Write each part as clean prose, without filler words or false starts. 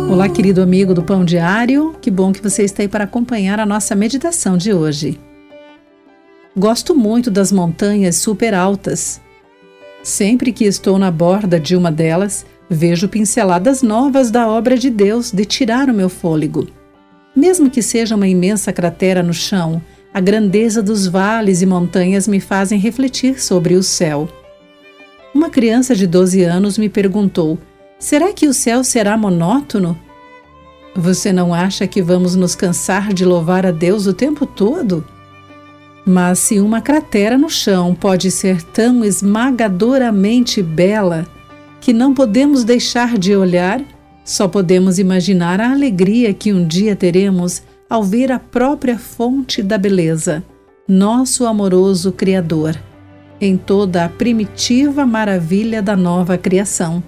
Olá, querido amigo do Pão Diário, que bom que você está aí para acompanhar a nossa meditação de hoje. Gosto muito das montanhas super altas. Sempre que estou na borda de uma delas, vejo pinceladas novas da obra de Deus de tirar o meu fôlego. Mesmo que seja uma imensa cratera no chão, a grandeza dos vales e montanhas me fazem refletir sobre o céu. Uma criança de 12 anos me perguntou: será que o céu será monótono? Você não acha que vamos nos cansar de louvar a Deus o tempo todo? Mas se uma cratera no chão pode ser tão esmagadoramente bela que não podemos deixar de olhar, só podemos imaginar a alegria que um dia teremos ao ver a própria fonte da beleza, nosso amoroso Criador, em toda a primitiva maravilha da nova criação.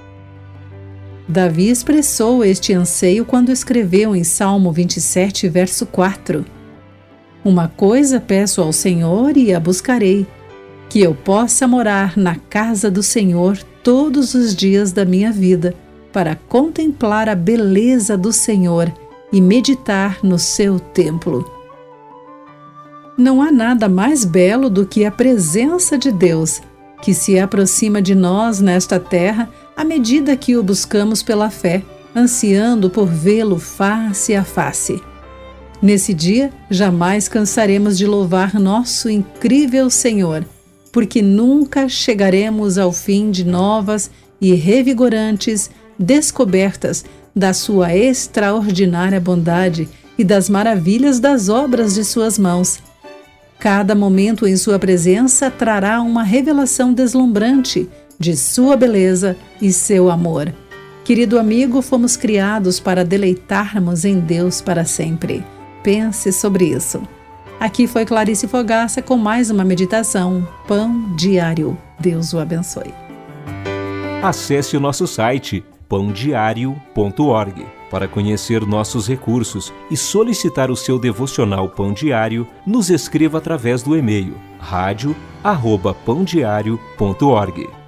Davi expressou este anseio quando escreveu em Salmo 27, verso 4: Uma coisa peço ao Senhor e a buscarei, que eu possa morar na casa do Senhor todos os dias da minha vida, para contemplar a beleza do Senhor e meditar no seu templo. Não há nada mais belo do que a presença de Deus, que se aproxima de nós nesta terra à medida que o buscamos pela fé, ansiando por vê-lo face a face. Nesse dia, jamais cansaremos de louvar nosso incrível Senhor, porque nunca chegaremos ao fim de novas e revigorantes descobertas da sua extraordinária bondade e das maravilhas das obras de suas mãos. Cada momento em sua presença trará uma revelação deslumbrante de sua beleza e seu amor. Querido amigo, fomos criados para deleitarmos em Deus para sempre. Pense sobre isso. Aqui foi Clarice Fogaça com mais uma meditação Pão Diário. Deus o abençoe. Acesse o nosso site pãodiario.org para conhecer nossos recursos e solicitar o seu devocional Pão Diário. Nos escreva através do e-mail radio@pandiario.org.